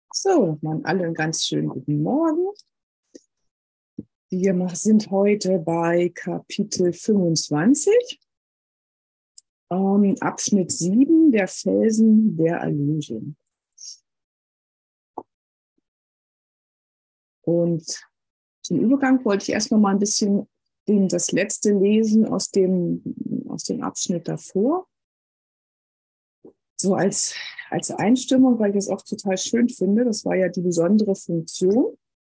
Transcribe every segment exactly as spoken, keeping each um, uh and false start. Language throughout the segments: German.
So, dann alle einen ganz schönen guten Morgen. Wir sind heute bei Kapitel fünfundzwanzig, ähm, Abschnitt sieben, der Felsen der Erlösung. Und zum Übergang wollte ich erst noch mal ein bisschen den, das letzte lesen aus dem, aus dem Abschnitt davor. So als, als Einstimmung, weil ich das auch total schön finde. Das war ja die besondere Funktion.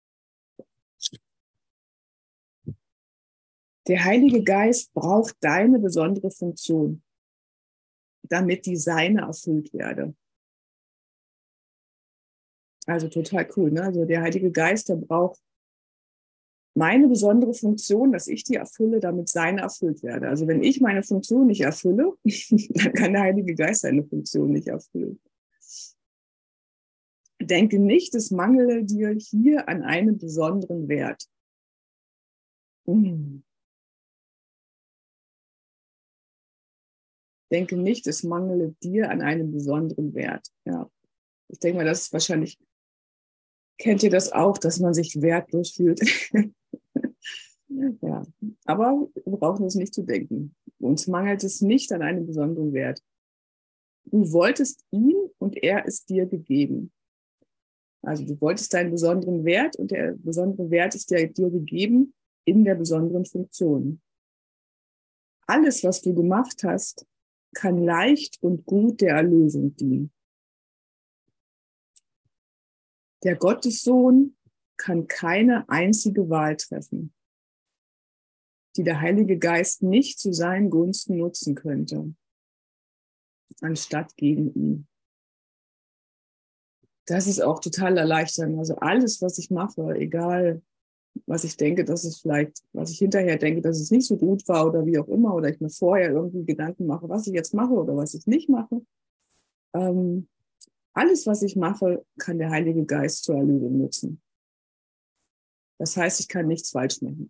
Der Heilige Geist braucht deine besondere Funktion, damit die seine erfüllt werde. Also total cool, ne? Also der Heilige Geist, der braucht meine besondere Funktion, dass ich die erfülle, damit seine erfüllt werde. Also wenn ich meine Funktion nicht erfülle, dann kann der Heilige Geist seine Funktion nicht erfüllen. Denke nicht, es mangele dir hier an einem besonderen Wert. Hm. Denke nicht, es mangele dir an einem besonderen Wert. Ja, ich denke mal, das ist wahrscheinlich, kennt ihr das auch, dass man sich wertlos fühlt? Ja, aber wir brauchen es nicht zu denken. Uns mangelt es nicht an einem besonderen Wert. Du wolltest ihn und er ist dir gegeben. Also du wolltest deinen besonderen Wert und der besondere Wert ist dir, dir gegeben in der besonderen Funktion. Alles, was du gemacht hast, kann leicht und gut der Erlösung dienen. Der Gottessohn kann keine einzige Wahl treffen, die der Heilige Geist nicht zu seinen Gunsten nutzen könnte, anstatt gegen ihn. Das ist auch total erleichternd. Also alles, was ich mache, egal, was ich denke, dass es vielleicht, was ich hinterher denke, dass es nicht so gut war oder wie auch immer, oder ich mir vorher irgendwie Gedanken mache, was ich jetzt mache oder was ich nicht mache. Ähm, alles, was ich mache, kann der Heilige Geist zur Erlösung nutzen. Das heißt, ich kann nichts falsch machen.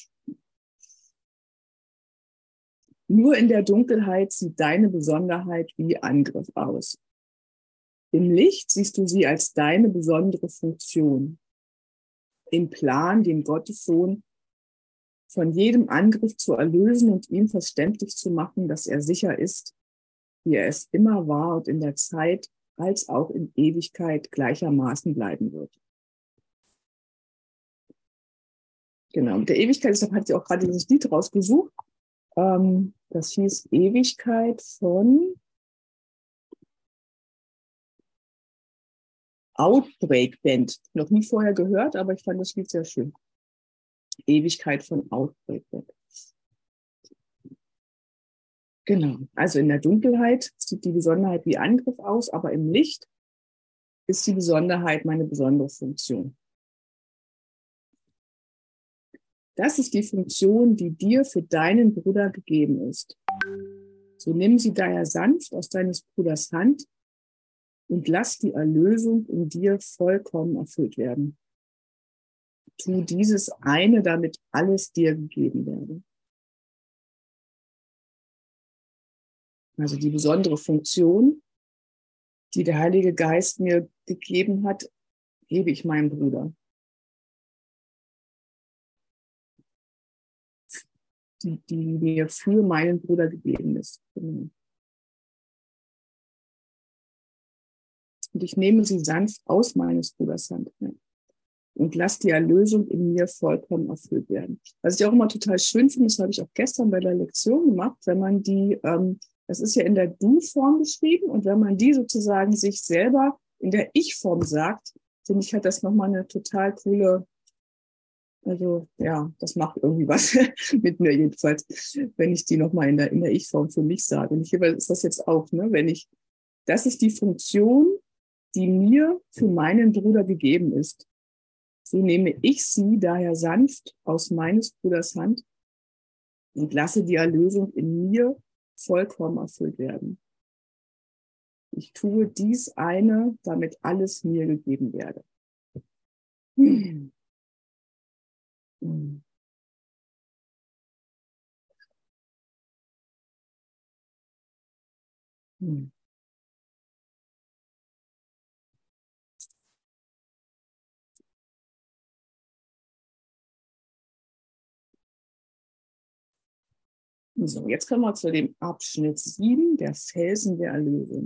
Nur in der Dunkelheit sieht deine Besonderheit wie Angriff aus. Im Licht siehst du sie als deine besondere Funktion. Im Plan, den Gottessohn von jedem Angriff zu erlösen und ihm verständlich zu machen, dass er sicher ist, wie er es immer war und in der Zeit als auch in Ewigkeit gleichermaßen bleiben wird. Genau, mit der Ewigkeit, deshalb hatte ich auch gerade dieses Lied rausgesucht. Ähm, das hieß Ewigkeit von Outbreak Band. Noch nie vorher gehört, aber ich fand das Lied sehr schön. Ewigkeit von Outbreak Band. Genau, also in der Dunkelheit sieht die Besonderheit wie Angriff aus, aber im Licht ist die Besonderheit meine besondere Funktion. Das ist die Funktion, die dir für deinen Bruder gegeben ist. So nimm sie daher sanft aus deines Bruders Hand und lass die Erlösung in dir vollkommen erfüllt werden. Tu dieses eine, damit alles dir gegeben werde. Also die besondere Funktion, die der Heilige Geist mir gegeben hat, gebe ich meinem Bruder. Die, die mir für meinen Bruder gegeben ist. Und ich nehme sie sanft aus meines Bruders Hand. Ja. Und lass die Erlösung in mir vollkommen erfüllt werden. Was ich auch immer total schön finde, das habe ich auch gestern bei der Lektion gemacht, wenn man die, ähm, das ist ja in der Du-Form geschrieben, und wenn man die sozusagen sich selber in der Ich-Form sagt, finde ich, hat das nochmal eine total coole, also ja, das macht irgendwie was mit mir jedenfalls, wenn ich die nochmal in der, in der Ich-Form für mich sage. Und hier ist das jetzt auch, ne, wenn ich, das ist die Funktion, die mir für meinen Bruder gegeben ist. So nehme ich sie daher sanft aus meines Bruders Hand und lasse die Erlösung in mir vollkommen erfüllt werden. Ich tue dies eine, damit alles mir gegeben werde. Hm. Hm. Hm. So, jetzt kommen wir zu dem Abschnitt sieben, der Felsen der Erlösung.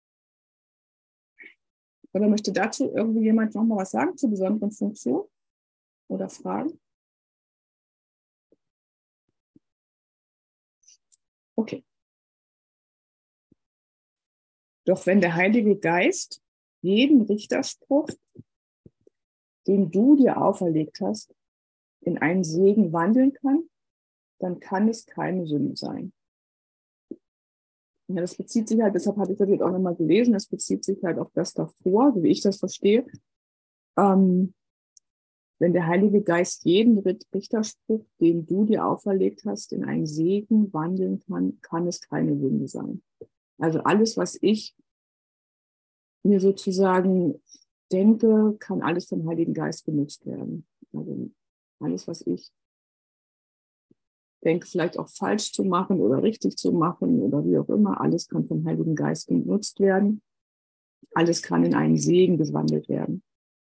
Oder möchte dazu irgendwie jemand noch mal was sagen zur besonderen Funktion oder Fragen? Okay. Doch wenn der Heilige Geist jeden Richterspruch, den du dir auferlegt hast, in einen Segen wandeln kann, dann kann es keine Sünde sein. Ja, das bezieht sich halt, deshalb hatte ich das jetzt auch nochmal gelesen, das bezieht sich halt auf das davor, so wie ich das verstehe. Ähm, wenn der Heilige Geist jeden Richterspruch, den du dir auferlegt hast, in einen Segen wandeln kann, kann es keine Sünde sein. Also alles, was ich mir sozusagen denke, kann alles vom Heiligen Geist genutzt werden. Also alles, was ich denke, vielleicht auch falsch zu machen oder richtig zu machen oder wie auch immer, alles kann vom Heiligen Geist genutzt werden. Alles kann in einen Segen gewandelt werden.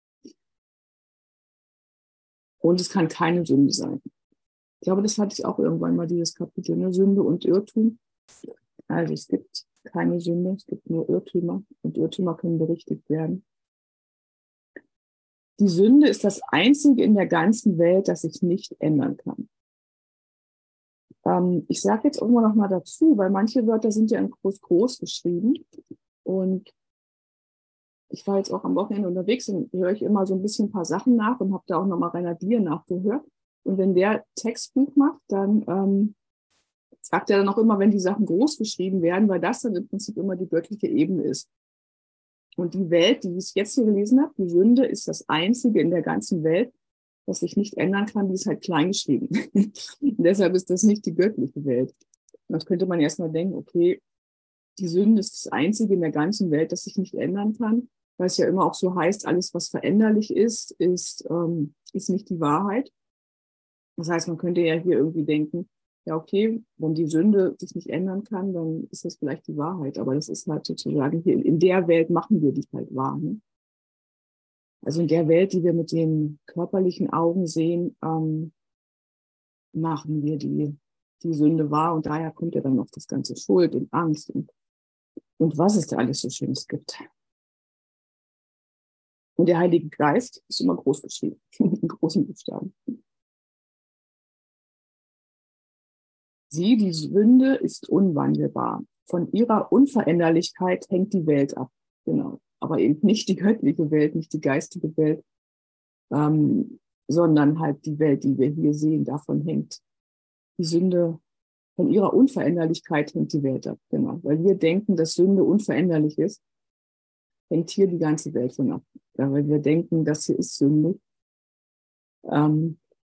Und es kann keine Sünde sein. Ich glaube, das hatte ich auch irgendwann mal, dieses Kapitel, ne? Sünde und Irrtum. Also es gibt keine Sünde, es gibt nur Irrtümer und Irrtümer können berichtigt werden. Die Sünde ist das Einzige in der ganzen Welt, das sich nicht ändern kann. Ähm, ich sage jetzt irgendwann noch mal dazu, weil manche Wörter sind ja in groß groß geschrieben und ich war jetzt auch am Wochenende unterwegs und höre ich immer so ein bisschen ein paar Sachen nach und habe da auch nochmal Rainer Dier nachgehört. Und wenn der Textbuch macht, dann ähm, sagt er dann auch immer, wenn die Sachen groß geschrieben werden, weil das dann im Prinzip immer die göttliche Ebene ist. Und die Welt, die ich jetzt hier gelesen habe, die Sünde ist das Einzige in der ganzen Welt, das sich nicht ändern kann, die ist halt klein geschrieben. Und deshalb ist das nicht die göttliche Welt. Und das könnte man erstmal denken, okay, die Sünde ist das Einzige in der ganzen Welt, das sich nicht ändern kann, weil es ja immer auch so heißt, alles, was veränderlich ist, ist, ähm, ist nicht die Wahrheit. Das heißt, man könnte ja hier irgendwie denken, ja, okay, wenn die Sünde sich nicht ändern kann, dann ist das vielleicht die Wahrheit. Aber das ist halt sozusagen, hier in der Welt machen wir die halt wahr. Ne? Also in der Welt, die wir mit den körperlichen Augen sehen, ähm, machen wir die, die Sünde wahr. Und daher kommt ja dann noch das ganze Schuld und Angst und, und was es da alles so Schönes gibt. Und der Heilige Geist ist immer groß geschrieben, in großen Buchstaben. Sie, die Sünde, ist unwandelbar. Von ihrer Unveränderlichkeit hängt die Welt ab. Genau. Aber eben nicht die göttliche Welt, nicht die geistige Welt, ähm, sondern halt die Welt, die wir hier sehen. Davon hängt die Sünde, von ihrer Unveränderlichkeit hängt die Welt ab. Genau. Weil wir denken, dass Sünde unveränderlich ist, hängt hier die ganze Welt von ab. Ja, weil wir denken, das hier ist Sünde. Ähm,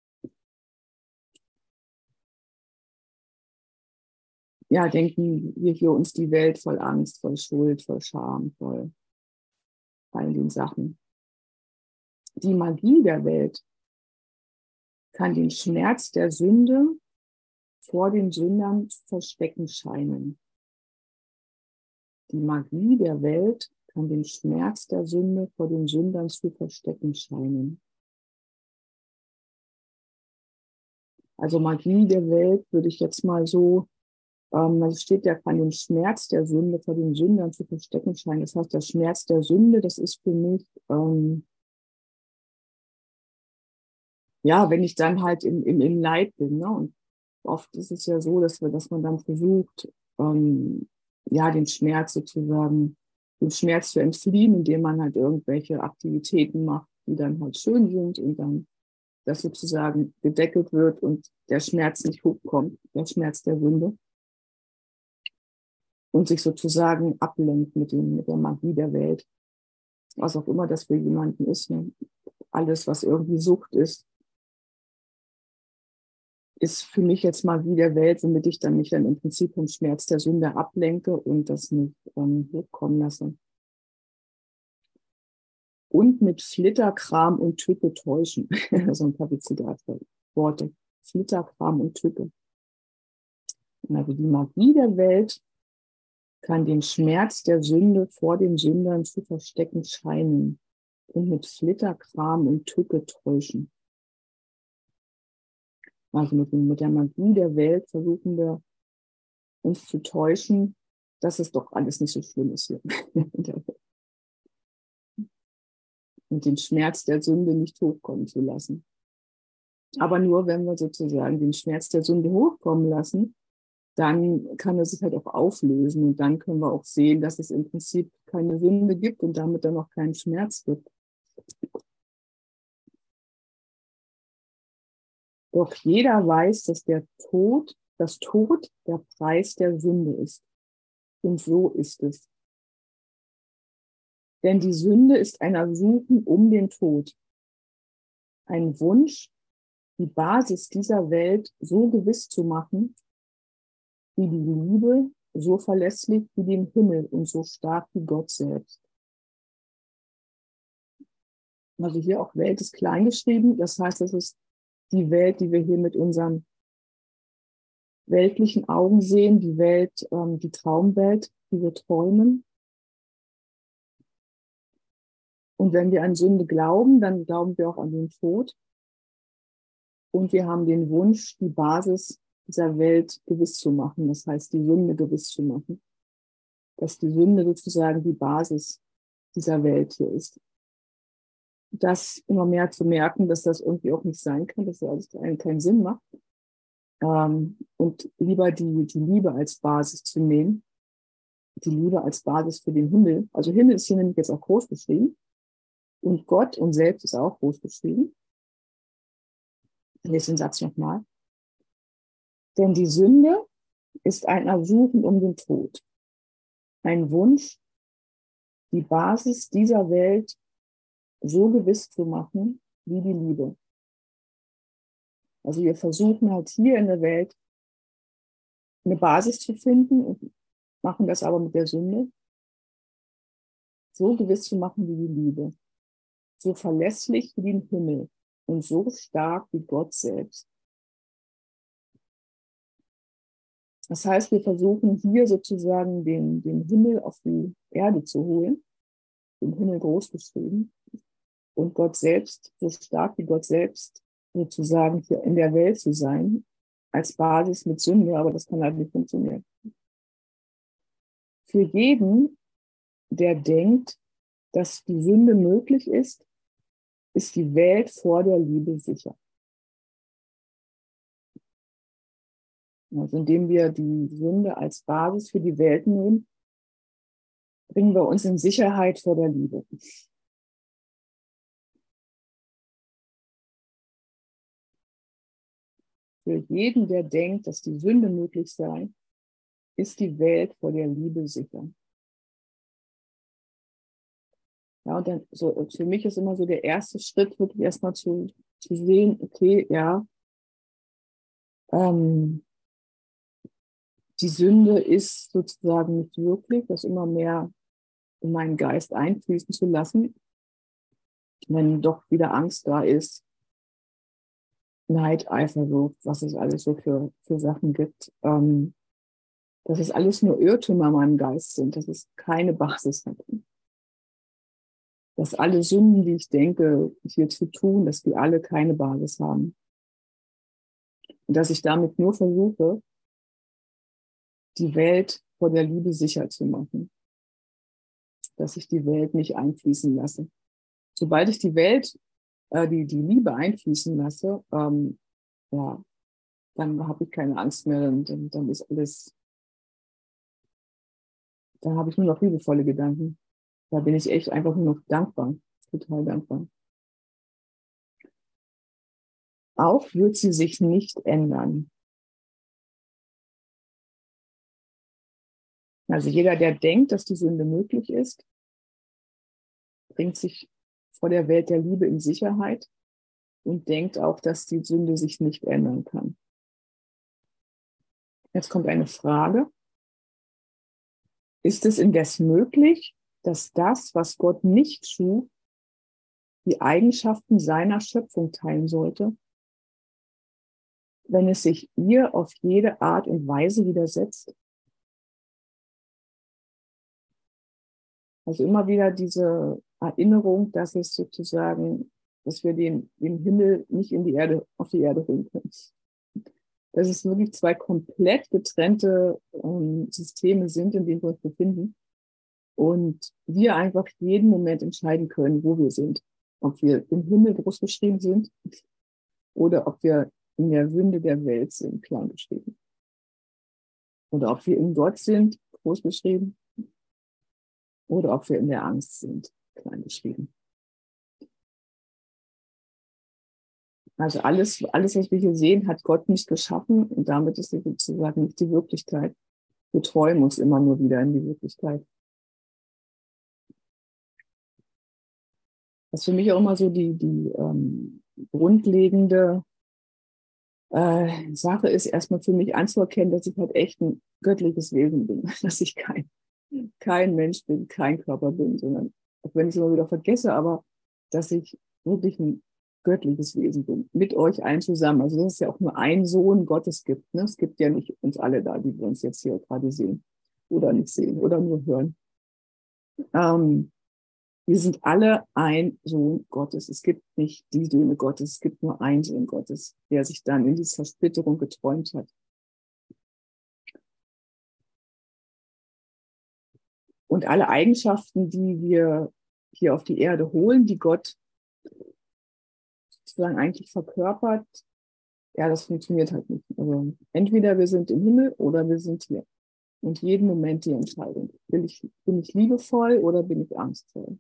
ja, denken wir hier uns die Welt voll Angst, voll Schuld, voll Scham, voll all den Sachen. Die Magie der Welt kann den Schmerz der Sünde vor den Sündern zu verstecken scheinen. Die Magie der Welt kann den Schmerz der Sünde vor den Sündern zu verstecken scheinen. Also Magie der Welt würde ich jetzt mal so, ähm, es steht ja, kann den Schmerz der Sünde vor den Sündern zu verstecken scheinen. Das heißt, der Schmerz der Sünde, das ist für mich, ähm, ja, wenn ich dann halt im, im, im Leid bin, ne? Und oft ist es ja so, dass wir, dass man dann versucht, ähm, ja, den Schmerz sozusagen, dem Schmerz zu entfliehen, indem man halt irgendwelche Aktivitäten macht, die dann halt schön sind und dann das sozusagen gedeckelt wird und der Schmerz nicht hochkommt, der Schmerz der Sünde. Und sich sozusagen ablenkt mit, dem, mit der Magie der Welt. Was auch immer das für jemanden ist. Ne? Alles, was irgendwie Sucht ist, ist für mich jetzt Magie der Welt, womit ich dann mich dann im Prinzip vom Schmerz der Sünde ablenke und das nicht ähm, hochkommen lasse. Und mit Flitterkram und Tücke täuschen. So ein paar witzige Worte. Flitterkram und Tücke. Also die Magie der Welt kann den Schmerz der Sünde vor den Sündern zu verstecken scheinen und mit Flitterkram und Tücke täuschen. Also mit, mit der Magie der Welt versuchen wir uns zu täuschen, dass es doch alles nicht so schlimm ist hier. Und den Schmerz der Sünde nicht hochkommen zu lassen. Aber nur, wenn wir sozusagen den Schmerz der Sünde hochkommen lassen, dann kann er sich halt auch auflösen. Und dann können wir auch sehen, dass es im Prinzip keine Sünde gibt und damit dann auch keinen Schmerz gibt. Doch jeder weiß, dass der Tod, das Tod der Preis der Sünde ist. Und so ist es. Denn die Sünde ist ein Ersuchen um den Tod. Ein Wunsch, die Basis dieser Welt so gewiss zu machen, wie die Liebe, so verlässlich wie den Himmel und so stark wie Gott selbst. Also hier auch Welt ist klein geschrieben, das heißt, es ist die Welt, die wir hier mit unseren weltlichen Augen sehen, die Welt, ähm, die Traumwelt, die wir träumen. Und wenn wir an Sünde glauben, dann glauben wir auch an den Tod. Und wir haben den Wunsch, die Basis dieser Welt gewiss zu machen, das heißt, die Sünde gewiss zu machen. Dass die Sünde sozusagen die Basis dieser Welt hier ist. Das immer mehr zu merken, dass das irgendwie auch nicht sein kann, dass das alles keinen Sinn macht. Ähm, und lieber die, die Liebe als Basis zu nehmen. Die Liebe als Basis für den Himmel. Also Himmel ist hier nämlich jetzt auch groß geschrieben. Und Gott und selbst ist auch groß geschrieben. Ich lese den Satz nochmal. Denn die Sünde ist ein Ersuchen um den Tod. Ein Wunsch, die Basis dieser Welt so gewiss zu machen wie die Liebe. Also wir versuchen halt hier in der Welt eine Basis zu finden und machen das aber mit der Sünde so gewiss zu machen wie die Liebe. So verlässlich wie den Himmel und so stark wie Gott selbst. Das heißt, wir versuchen hier sozusagen den, den Himmel auf die Erde zu holen, den Himmel groß geschrieben, und Gott selbst, so stark wie Gott selbst, sozusagen hier in der Welt zu sein, als Basis mit Sünde, aber das kann halt nicht funktionieren. Für jeden, der denkt, dass die Sünde möglich ist, ist die Welt vor der Liebe sicher. Also indem wir die Sünde als Basis für die Welt nehmen, bringen wir uns in Sicherheit vor der Liebe. Für jeden, der denkt, dass die Sünde möglich sei, ist die Welt vor der Liebe sicher. Ja, und dann so, für mich ist immer so der erste Schritt, wirklich erstmal zu, zu sehen, okay, ja, ähm, die Sünde ist sozusagen nicht wirklich, das immer mehr in meinen Geist einfließen zu lassen, wenn doch wieder Angst da ist, Neid, Eifersucht, was es alles so für, für Sachen gibt, ähm, dass es alles nur Irrtümer in meinem Geist sind, dass es keine Basis hat. Dass alle Sünden, die ich denke, hier zu tun, dass die alle keine Basis haben. Und dass ich damit nur versuche, die Welt vor der Liebe sicher zu machen. Dass ich die Welt nicht einfließen lasse. Sobald ich die Welt, äh, die, die Liebe einfließen lasse, ähm, ja, dann habe ich keine Angst mehr, dann, dann, dann ist alles, da habe ich nur noch liebevolle Gedanken. Da bin ich echt einfach nur noch dankbar, total dankbar. Auch wird sie sich nicht ändern. Also jeder, der denkt, dass die Sünde möglich ist, bringt sich vor der Welt der Liebe in Sicherheit und denkt auch, dass die Sünde sich nicht ändern kann. Jetzt kommt eine Frage. Ist es indes möglich, dass das, was Gott nicht schuf, die Eigenschaften seiner Schöpfung teilen sollte, wenn es sich ihr auf jede Art und Weise widersetzt? Also immer wieder diese Erinnerung, dass es sozusagen, dass wir den, den Himmel nicht in die Erde, auf die Erde holen können. dass es wirklich zwei komplett getrennte ähm, Systeme sind, in denen wir uns befinden. Und wir einfach jeden Moment entscheiden können, wo wir sind. Ob wir im Himmel groß geschrieben sind oder ob wir in der Sünde der Welt sind, klein geschrieben. Oder ob wir in Gott sind, groß geschrieben. Oder ob wir in der Angst sind, klein geschrieben. Also alles, alles, was wir hier sehen, hat Gott nicht geschaffen. Und damit ist es sozusagen nicht die Wirklichkeit. Wir träumen uns immer nur wieder in die Wirklichkeit. Was für mich auch immer so die, die ähm, grundlegende äh, Sache ist, erstmal für mich anzuerkennen, dass ich halt echt ein göttliches Wesen bin, dass ich kein, kein Mensch bin, kein Körper bin, sondern, auch wenn ich es immer wieder vergesse, aber dass ich wirklich ein göttliches Wesen bin, mit euch allen zusammen. Also dass es ja auch nur einen Sohn Gottes gibt. Ne? Es gibt ja nicht uns alle da, die wir uns jetzt hier gerade sehen oder nicht sehen oder nur hören. Ähm, Wir sind alle ein Sohn Gottes. Es gibt nicht die Söhne Gottes, es gibt nur einen Sohn Gottes, der sich dann in dieser Zersplitterung geträumt hat. Und alle Eigenschaften, die wir hier auf die Erde holen, die Gott sozusagen eigentlich verkörpert, ja, das funktioniert halt nicht. Also entweder wir sind im Himmel oder wir sind hier. Und jeden Moment die Entscheidung. Will ich, bin ich liebevoll oder bin ich angstvoll?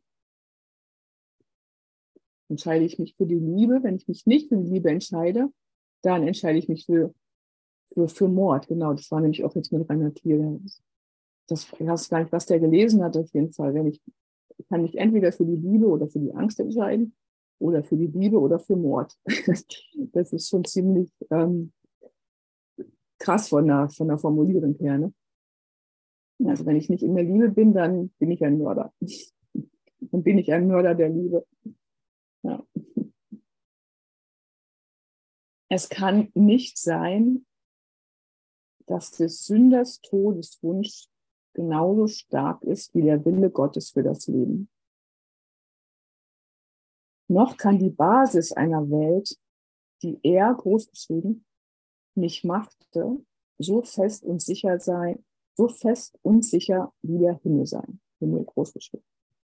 Entscheide ich mich für die Liebe? Wenn ich mich nicht für die Liebe entscheide, dann entscheide ich mich für, für, für Mord. Genau, das war nämlich auch jetzt mit Rainer Thiel. Das, ich weiß gar nicht, was der gelesen hat, auf jeden Fall. Wenn ich, ich kann mich entweder für die Liebe oder für die Angst entscheiden oder für die Liebe oder für Mord. Das ist schon ziemlich ähm, krass von der, von der Formulierung her. Ne? Also wenn ich nicht in der Liebe bin, dann bin ich ein Mörder. Dann bin ich ein Mörder der Liebe. Ja. Es kann nicht sein, dass des Sünders Todeswunsch genauso stark ist wie der Wille Gottes für das Leben. Noch kann die Basis einer Welt, die er großgeschrieben nicht machte, so fest und sicher sein, so fest und sicher wie der Himmel sein. Himmel großgeschrieben.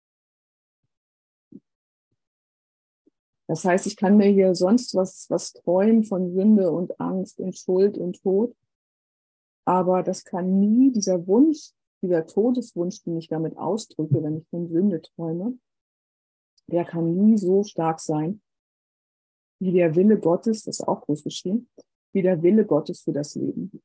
Das heißt, ich kann mir hier sonst was, was träumen von Sünde und Angst und Schuld und Tod. Aber das kann nie dieser Wunsch, dieser Todeswunsch, den ich damit ausdrücke, wenn ich von Sünde träume, der kann nie so stark sein, wie der Wille Gottes, das ist auch groß geschrieben, wie der Wille Gottes für das Leben.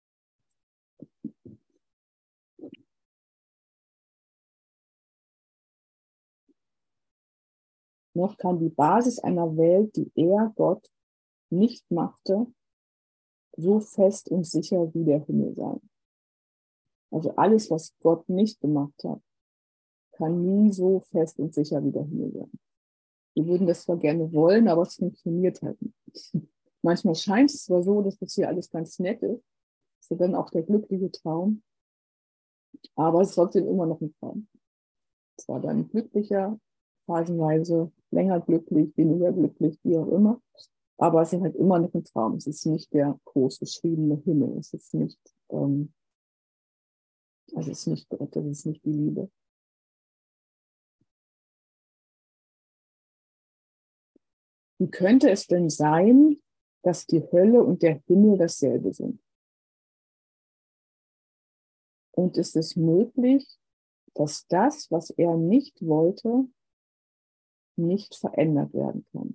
Noch kann die Basis einer Welt, die er, Gott, nicht machte, so fest und sicher wie der Himmel sein. Also alles, was Gott nicht gemacht hat, kann nie so fest und sicher wie der Himmel sein. Wir würden das zwar gerne wollen, aber es funktioniert halt nicht. Manchmal scheint es zwar so, dass das hier alles ganz nett ist, ist ja dann auch der glückliche Traum, aber es ist trotzdem immer noch ein Traum. Es war dann glücklicher, phasenweise länger glücklich, weniger glücklich, wie auch immer. Aber es ist halt immer noch ein Traum. Es ist nicht der groß beschriebene Himmel. Es ist nicht, ähm, also es ist nicht Gott, es ist nicht die Liebe. Wie könnte es denn sein, dass die Hölle und der Himmel dasselbe sind? Und ist es möglich, dass das, was er nicht wollte, nicht verändert werden kann?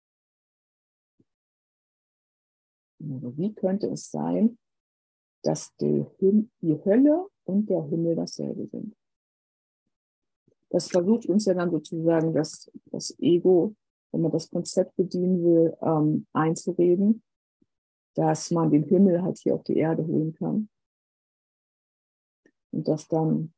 Also wie könnte es sein, dass die, die Hölle und der Himmel dasselbe sind? Das versucht uns ja dann sozusagen das, das Ego, wenn man das Konzept bedienen will, ähm, einzureden, dass man den Himmel halt hier auf die Erde holen kann. Und dass dann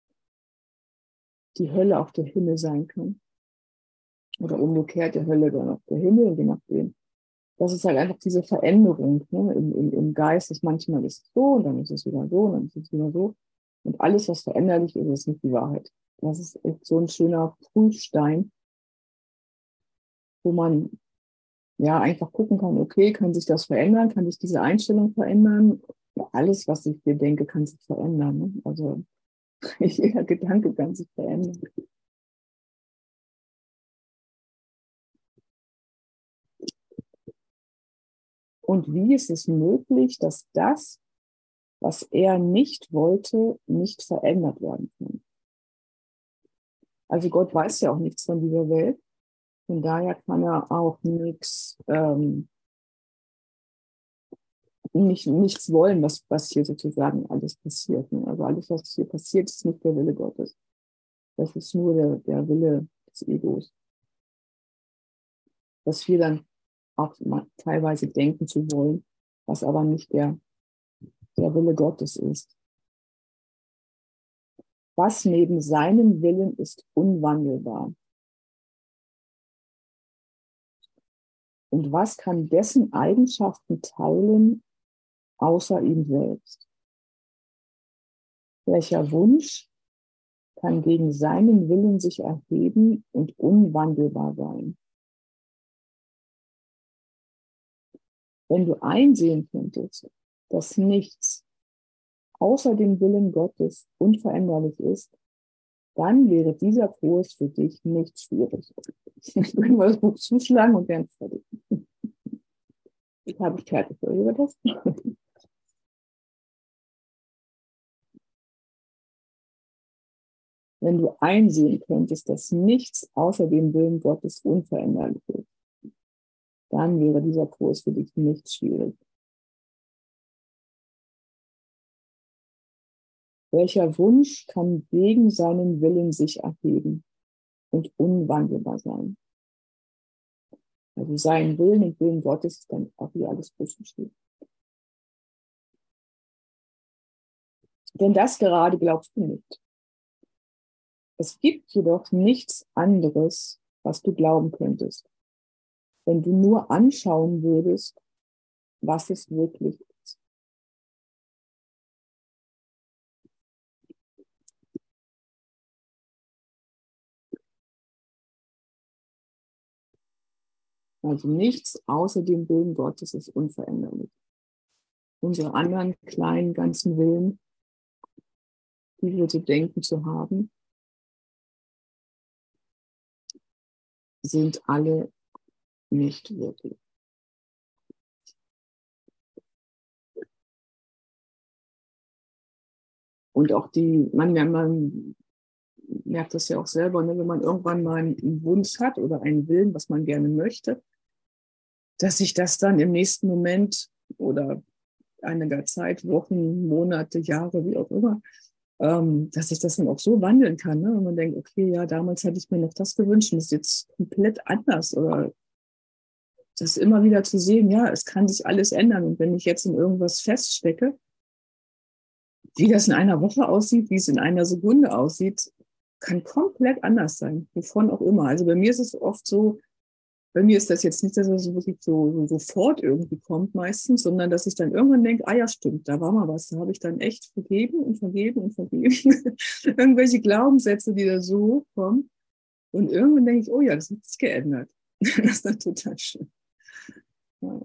die Hölle auch der Himmel sein kann. Oder umgekehrt der Hölle dann auch der Himmel, je nachdem. Das ist halt einfach diese Veränderung, ne, im, im, im Geist. Dass manchmal ist es so und dann ist es wieder so und dann ist es wieder so. Und alles, was veränderlich ist, ist nicht die Wahrheit. Das ist echt so ein schöner Prüfstein, wo man ja einfach gucken kann, okay, kann sich das verändern, kann sich diese Einstellung verändern? Ja, alles, was ich dir denke, kann sich verändern. Ne? Also jeder Gedanke kann sich verändern. Und wie ist es möglich, dass das, was er nicht wollte, nicht verändert werden kann? Also Gott weiß ja auch nichts von dieser Welt. Von daher kann er auch nichts, ähm, nicht, nichts wollen, was, was hier sozusagen alles passiert. Ne? Also alles, was hier passiert, ist nicht der Wille Gottes. Das ist nur der, der Wille des Egos. Dass wir dann auch teilweise denken zu wollen, was aber nicht der, der Wille Gottes ist. Was neben seinem Willen ist unwandelbar? Und was kann dessen Eigenschaften teilen, außer ihm selbst? Welcher Wunsch kann gegen seinen Willen sich erheben und unwandelbar sein? Wenn du einsehen könntest, dass nichts außer dem Willen Gottes unveränderlich ist, dann wäre dieser Kurs für dich nicht schwierig. Ich würde mal das Buch zuschlagen und dann fertig. Ich habe fertig. Über das. Wenn du einsehen könntest, dass nichts außer dem Willen Gottes unveränderlich ist, dann wäre dieser Kurs für dich nicht schwierig. Welcher Wunsch kann gegen seinen Willen sich erheben und unwandelbar sein? Also sein Willen und Willen Gottes ist dann auch wieder alles beschrieben. Denn das gerade glaubst du nicht. Es gibt jedoch nichts anderes, was du glauben könntest, wenn du nur anschauen würdest, was es wirklich ist. Also nichts außer dem Willen Gottes ist unveränderlich. Unsere anderen kleinen ganzen Willen, die wir zu denken zu haben, sind alle nicht wirklich. Und auch die, man, man merkt das ja auch selber, ne, wenn man irgendwann mal einen Wunsch hat oder einen Willen, was man gerne möchte, dass sich das dann im nächsten Moment oder einiger Zeit, Wochen, Monate, Jahre, wie auch immer, ähm, dass sich das dann auch so wandeln kann. Ne? Und man denkt, okay, ja, damals hatte ich mir noch das gewünscht und das ist jetzt komplett anders. Oder das immer wieder zu sehen, ja, es kann sich alles ändern. Und wenn ich jetzt in irgendwas feststecke, wie das in einer Woche aussieht, wie es in einer Sekunde aussieht, kann komplett anders sein, wovon auch immer. Also bei mir ist es oft so, bei mir ist das jetzt nicht, dass es wirklich so, so sofort irgendwie kommt meistens, sondern dass ich dann irgendwann denke, ah ja, stimmt, da war mal was, da habe ich dann echt vergeben und vergeben und vergeben. Irgendwelche Glaubenssätze, die da so hochkommen. Und irgendwann denke ich, oh ja, das hat sich geändert. Das ist dann total schön. Ja.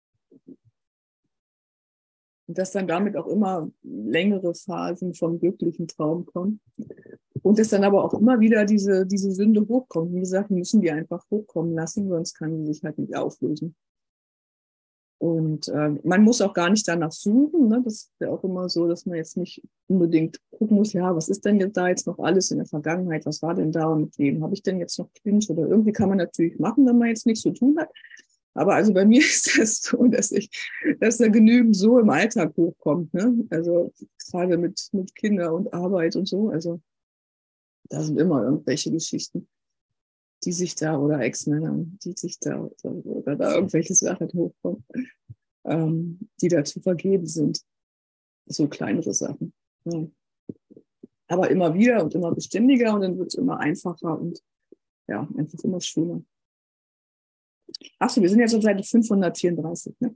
Und dass dann damit auch immer längere Phasen vom glücklichen Traum kommen. Und dass dann aber auch immer wieder diese, diese Sünde hochkommt. Wie gesagt, müssen die einfach hochkommen lassen, sonst kann die sich halt nicht auflösen. Und äh, man muss auch gar nicht danach suchen. Ne? Das ist ja auch immer so, dass man jetzt nicht unbedingt gucken muss, ja, was ist denn jetzt da jetzt noch alles in der Vergangenheit? Was war denn da und mit wem habe ich denn jetzt noch Clinch? Oder irgendwie kann man natürlich machen, wenn man jetzt nichts zu tun hat. Aber also bei mir ist das so, dass ich, dass da genügend so im Alltag hochkommt. Ne? Also gerade mit, mit Kindern und Arbeit und so. Also da sind immer irgendwelche Geschichten, die sich da, oder Ex-Männer, die sich da, oder da irgendwelche Sachen hochkommen, ähm, die da zu vergeben sind. So kleinere Sachen. Ja. Aber immer wieder und immer beständiger und dann wird es immer einfacher und ja, einfach immer schöner. Achso, wir sind jetzt auf Seite fünfhundertvierunddreißig, ne?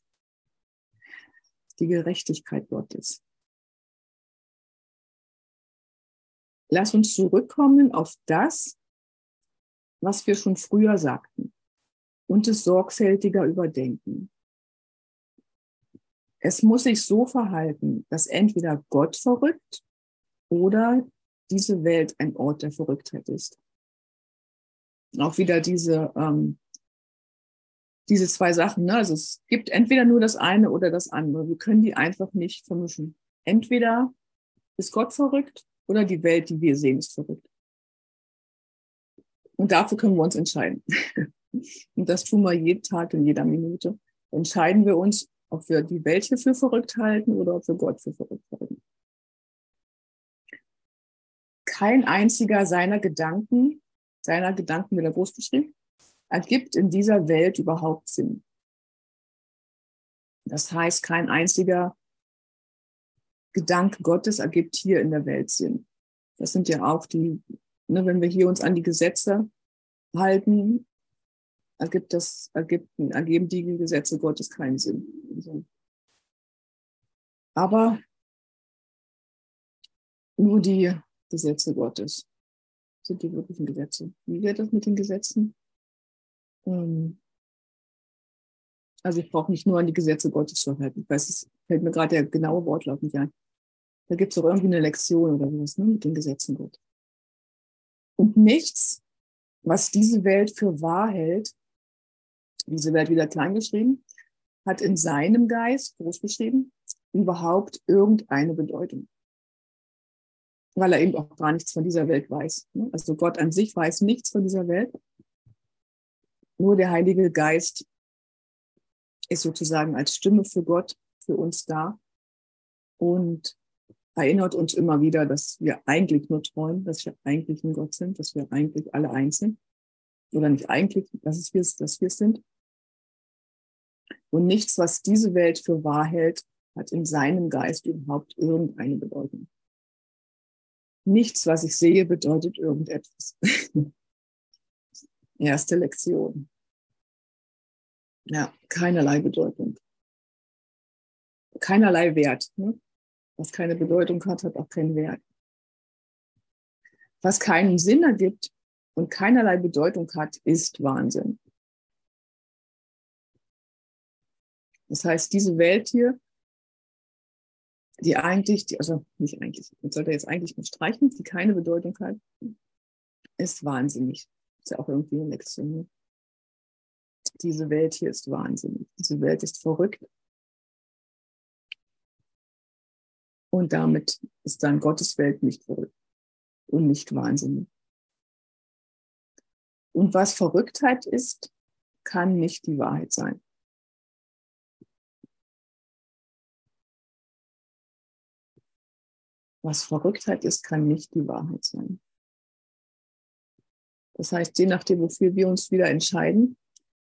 Die Gerechtigkeit Gottes. Lass uns zurückkommen auf das, was wir schon früher sagten. und es sorgfältiger überdenken. Es muss sich so verhalten, dass entweder Gott verrückt oder diese Welt ein Ort der Verrücktheit ist. Auch wieder diese, ähm, diese zwei Sachen. Ne? Also es gibt entweder nur das eine oder das andere. Wir können die einfach nicht vermischen. Entweder ist Gott verrückt oder die Welt, die wir sehen, ist verrückt. Und dafür können wir uns entscheiden. Und das tun wir jeden Tag, in jeder Minute. Entscheiden wir uns, ob wir die Welt hier für verrückt halten oder ob wir Gott für verrückt halten. Kein einziger seiner Gedanken, seiner Gedanken wieder groß geschrieben, ergibt in dieser Welt überhaupt Sinn. Das heißt, kein einziger Gedanke Gottes ergibt hier in der Welt Sinn. Das sind ja auch die, ne, wenn wir hier uns an die Gesetze halten, ergibt das, ergibt, ergeben die Gesetze Gottes keinen Sinn. Also, aber nur die Gesetze Gottes sind die wirklichen Gesetze. Wie wird das mit den Gesetzen? Ähm, also ich brauche nicht nur an die Gesetze Gottes zu halten. Ich weiß, es fällt mir gerade der genaue Wortlaut nicht ein. Da gibt es doch irgendwie eine Lektion oder sowas, ne, mit den Gesetzen Gottes. Und nichts, was diese Welt für wahr hält, diese Welt wieder klein geschrieben, hat in seinem Geist, groß geschrieben, überhaupt irgendeine Bedeutung. Weil er eben auch gar nichts von dieser Welt weiß. Also Gott an sich weiß nichts von dieser Welt. Nur der Heilige Geist ist sozusagen als Stimme für Gott, für uns da und erinnert uns immer wieder, dass wir eigentlich nur träumen, dass wir eigentlich ein Gott sind, dass wir eigentlich alle eins sind. Oder nicht eigentlich, dass es wir, dass wir es sind. Und nichts, was diese Welt für wahr hält, hat in seinem Geist überhaupt irgendeine Bedeutung. Nichts, was ich sehe, bedeutet irgendetwas. Erste Lektion. Ja, keinerlei Bedeutung. Keinerlei Wert. Ne? Was keine Bedeutung hat, hat auch keinen Wert. Was keinen Sinn ergibt und keinerlei Bedeutung hat, ist Wahnsinn. Das heißt, diese Welt hier, die eigentlich, die, also nicht eigentlich, man sollte jetzt eigentlich nicht streichen, die keine Bedeutung hat, ist wahnsinnig. Ist ja auch irgendwie eine Lektion. Diese Welt hier ist wahnsinnig. Diese Welt ist verrückt. Und damit ist dann Gottes Welt nicht verrückt und nicht wahnsinnig. Und was Verrücktheit ist, kann nicht die Wahrheit sein. Was Verrücktheit ist, kann nicht die Wahrheit sein. Das heißt, je nachdem, wofür wir uns wieder entscheiden,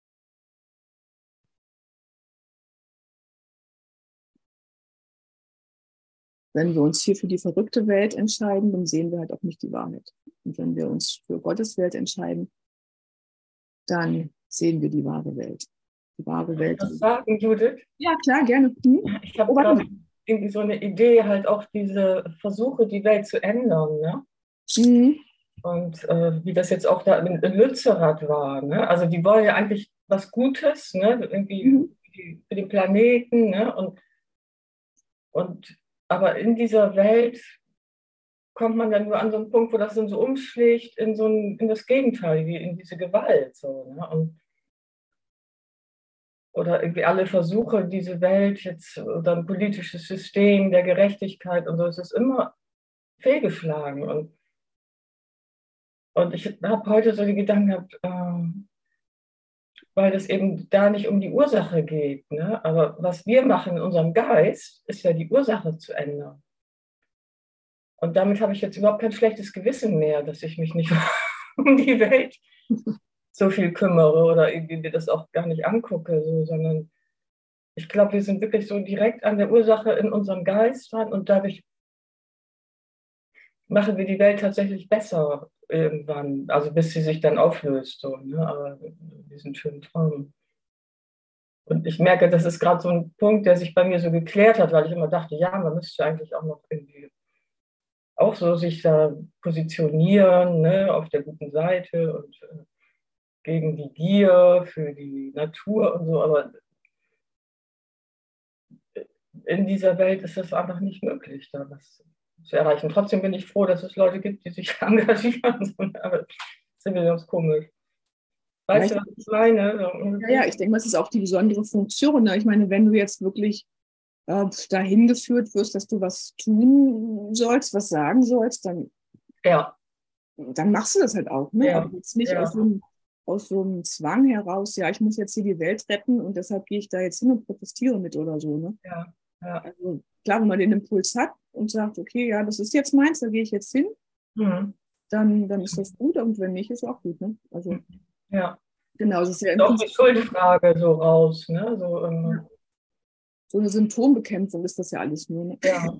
wenn wir uns hier für die verrückte Welt entscheiden, dann sehen wir halt auch nicht die Wahrheit. Und wenn wir uns für Gottes Welt entscheiden, dann sehen wir die wahre Welt. Die wahre Welt. Was sagen, Judith? Ja, klar, gerne. Hm? Ich habe Oh, gerade irgendwie so eine Idee, halt auch diese Versuche, die Welt zu ändern, ne? Mhm. Und äh, wie das jetzt auch da in, in Lützerath war, ne? Also die wollen ja eigentlich was Gutes, ne? Irgendwie Mhm. für, die, für den Planeten, ne? Und, und aber in dieser Welt kommt man dann nur an so einen Punkt, wo das dann so umschlägt in so ein, in das Gegenteil, wie in diese Gewalt. So, ne? Und oder irgendwie alle Versuche, diese Welt jetzt oder ein politisches System der Gerechtigkeit und so, es ist immer fehlgeschlagen. Und, und ich habe heute so die Gedanken gehabt, äh, weil es eben da nicht um die Ursache geht. Ne? Aber was wir machen in unserem Geist, ist ja die Ursache zu ändern. Und damit habe ich jetzt überhaupt kein schlechtes Gewissen mehr, dass ich mich nicht um die Welt so viel kümmere oder irgendwie mir das auch gar nicht angucke, so, sondern ich glaube, wir sind wirklich so direkt an der Ursache in unserem Geist dran und dadurch machen wir die Welt tatsächlich besser irgendwann, also bis sie sich dann auflöst, so, ne? Aber diesen schönen Traum. Und ich merke, das ist gerade so ein Punkt, der sich bei mir so geklärt hat, weil ich immer dachte, ja, man müsste eigentlich auch noch irgendwie auch so sich da positionieren, ne, auf der guten Seite und gegen die Gier, für die Natur und so, aber in dieser Welt ist es einfach nicht möglich, da was zu erreichen. Trotzdem bin ich froh, dass es Leute gibt, die sich engagieren, aber das ist irgendwie ganz komisch. Ja, Weißt ich, du, was ich meine? ja, ja, ich denke, das ist auch die besondere Funktion. Ne? Ich meine, wenn du jetzt wirklich äh, dahin geführt wirst, dass du was tun sollst, was sagen sollst, dann, Ja, dann machst du das halt auch. Ne? Aber ja, jetzt nicht aus so, ja, einem, aus so einem Zwang heraus, ja, ich muss jetzt hier die Welt retten und deshalb gehe ich da jetzt hin und protestiere mit oder so. Ne? ja, ja. Also klar, wenn man den Impuls hat und sagt, okay, ja, das ist jetzt meins, da gehe ich jetzt hin, Mhm. dann, dann ist das gut und wenn nicht, ist auch gut. Ne? Also Ja. genau, es ist ja im Doch die Prinzip Schuldfrage so raus, ne? So, ja, ähm, so eine Symptombekämpfung ist das ja alles nur. Ne? ja,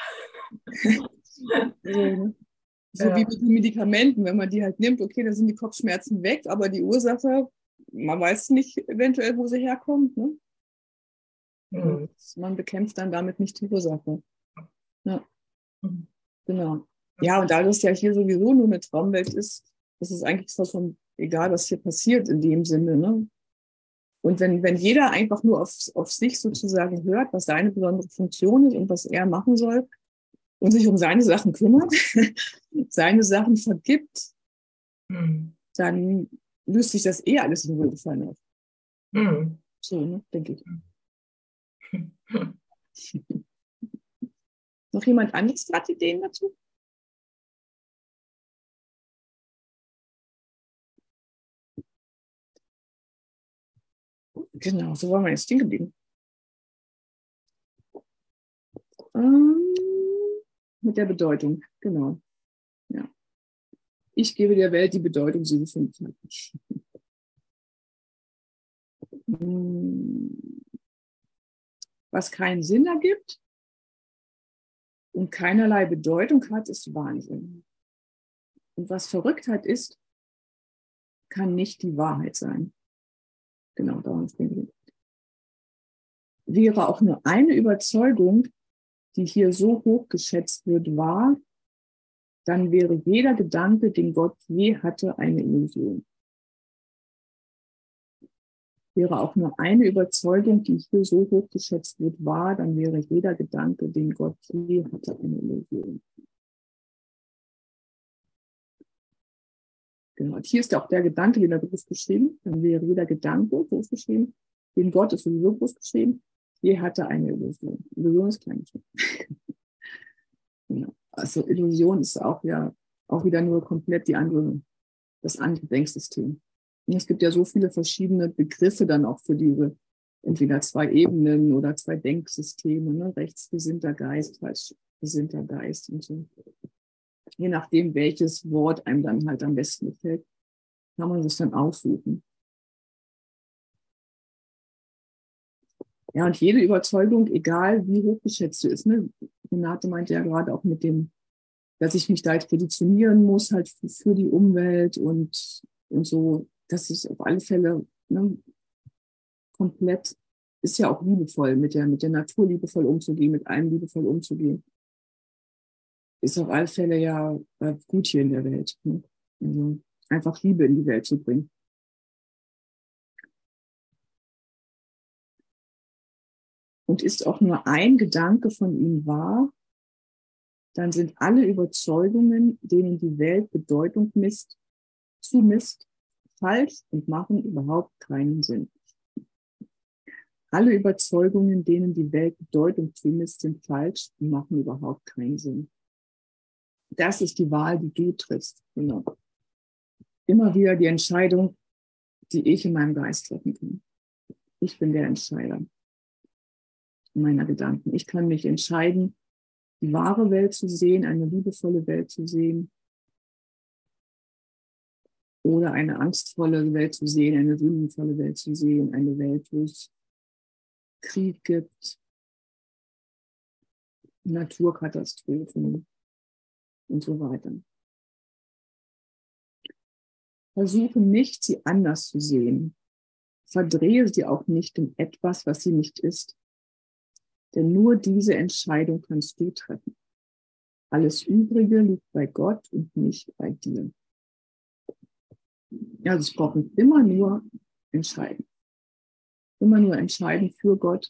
So, ne? So wie ja. mit den Medikamenten, wenn man die halt nimmt, okay, dann sind die Kopfschmerzen weg, aber die Ursache, man weiß nicht eventuell, wo sie herkommt. Ne? Und Mhm. man bekämpft dann damit nicht die Ursache. Ja, Mhm. genau. Ja, und da das ja hier sowieso nur eine Traumwelt ist, ist es eigentlich vollkommen egal, was hier passiert in dem Sinne. Ne? Und wenn, wenn jeder einfach nur auf, auf sich sozusagen hört, was seine besondere Funktion ist und was er machen soll und sich um seine Sachen kümmert, seine Sachen vergibt, Mhm. dann löst sich das eh alles in Wohlgefallen auf. Mhm. So, ne, denke ich. Noch jemand anderes gerade Ideen dazu? Genau, so wollen wir jetzt stehen geblieben. Ähm, mit der Bedeutung, genau. Ja. Ich gebe der Welt die Bedeutung, sie gefunden hat. Was keinen Sinn ergibt und keinerlei Bedeutung hat, ist Wahnsinn. Und was Verrücktheit ist, kann nicht die Wahrheit sein. Genau, darum stehen wir. Wäre auch nur eine Überzeugung, die hier so hoch geschätzt wird, wahr, dann wäre jeder Gedanke, den Gott je hatte, eine Illusion. Wäre auch nur eine Überzeugung, die hier so hoch geschätzt wird, wahr, dann wäre jeder Gedanke, den Gott je hatte, eine Illusion. Genau. Und hier ist auch der Gedanke wieder groß geschrieben. Dann wäre jeder Gedanke groß geschrieben. Den Gott ist sowieso groß geschrieben. Je hatte eine Illusion. Illusion ist klein. Genau. Also Illusion ist auch ja auch wieder nur komplett die andere, das andere Denksystem. Und es gibt ja so viele verschiedene Begriffe dann auch für diese entweder zwei Ebenen oder zwei Denksysteme, ne? Rechtsgesinnter Geist, falschgesinnter Geist und so. Je nachdem, welches Wort einem dann halt am besten gefällt, kann man sich dann aussuchen. Ja, und jede Überzeugung, egal wie hochgeschätzt sie ist, ne? Renate meinte ja gerade auch mit dem, dass ich mich da jetzt positionieren muss, halt für, für die Umwelt und, und so, dass ich auf alle Fälle ne, komplett, ist ja auch liebevoll, mit der, mit der Natur liebevoll umzugehen, mit allem liebevoll umzugehen. Ist auf alle Fälle ja äh, gut hier in der Welt. Ne? Also einfach Liebe in die Welt zu bringen. Und ist auch nur ein Gedanke von ihm wahr, dann sind alle Überzeugungen, denen die Welt Bedeutung misst, zumisst, falsch und machen überhaupt keinen Sinn. Alle Überzeugungen, denen die Welt Bedeutung zumisst, sind falsch und machen überhaupt keinen Sinn. Das ist die Wahl, die du triffst. Genau. Immer wieder die Entscheidung, die ich in meinem Geist treffen kann. Ich bin der Entscheider meiner Gedanken. Ich kann mich entscheiden, die wahre Welt zu sehen, eine liebevolle Welt zu sehen oder eine angstvolle Welt zu sehen, eine sündenvolle Welt zu sehen, eine Welt, wo es Krieg gibt, Naturkatastrophen und so weiter. Versuche nicht, sie anders zu sehen. Verdrehe sie auch nicht in etwas, was sie nicht ist. Denn nur diese Entscheidung kannst du treffen. Alles Übrige liegt bei Gott und nicht bei dir. Also ich brauche mich immer nur entscheiden. Immer nur entscheiden für Gott.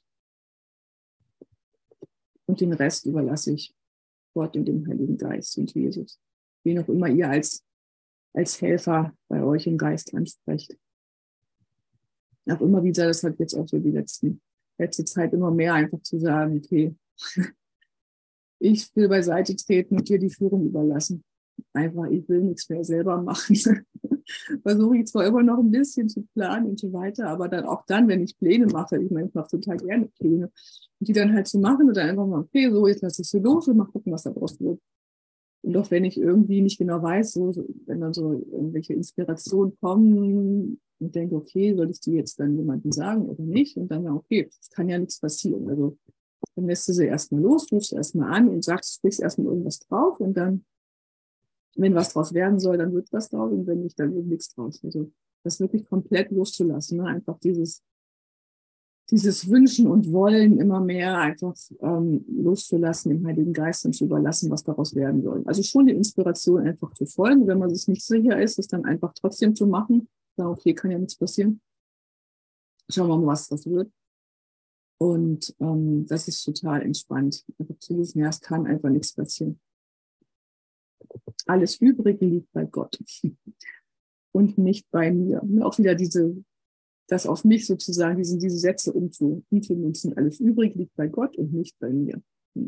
Und den Rest überlasse ich Gott und dem Heiligen Geist und Jesus. Wen auch immer ihr als, als Helfer bei euch im Geist ansprecht. Auch immer wieder, das hat jetzt auch so die letzten, letzte Zeit immer mehr einfach zu sagen, okay, ich will beiseite treten und dir die Führung überlassen. Einfach, ich will nichts mehr selber machen. Versuche ich zwar immer noch ein bisschen zu planen und so weiter, aber dann auch dann, wenn ich Pläne mache, ich meine, ich mache total gerne Pläne, und die dann halt zu machen und dann einfach mal, okay, so, jetzt lasse ich sie los und mal gucken, was da draus wird. Und auch wenn ich irgendwie nicht genau weiß, so, so, wenn dann so irgendwelche Inspirationen kommen und denke, okay, soll ich die jetzt dann jemandem sagen oder nicht? Und dann, ja, okay, es kann ja nichts passieren. Also dann lässt du sie erstmal los, rufst du erstmal an und sagst, sprichst erstmal irgendwas drauf und dann, wenn was draus werden soll, dann wird was draus und wenn nicht, dann wird nichts draus. Also das wirklich komplett loszulassen, ne? Einfach dieses, dieses Wünschen und Wollen immer mehr einfach ähm, loszulassen, dem Heiligen Geist und zu überlassen, was daraus werden soll. Also schon die Inspiration einfach zu folgen, wenn man sich nicht sicher ist, es dann einfach trotzdem zu machen. Ja, okay, kann ja nichts passieren. Schauen wir mal, was das wird. Und ähm, das ist total entspannt. Einfach zu wissen, ja, es kann einfach nichts passieren. Alles Übrige liegt bei Gott und nicht bei mir. Und auch wieder diese, das auf mich sozusagen, diese, diese Sätze umzu, umzumünzen. Alles Übrige liegt bei Gott und nicht bei mir.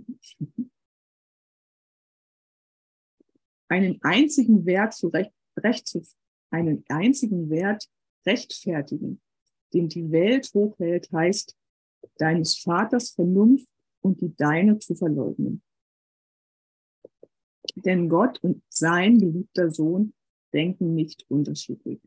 Einen einzigen Wert zu recht, recht zu, einen einzigen Wert rechtfertigen, den die Welt hochhält, heißt, deines Vaters Vernunft und die deine zu verleugnen. Denn Gott und sein geliebter Sohn denken nicht unterschiedlich.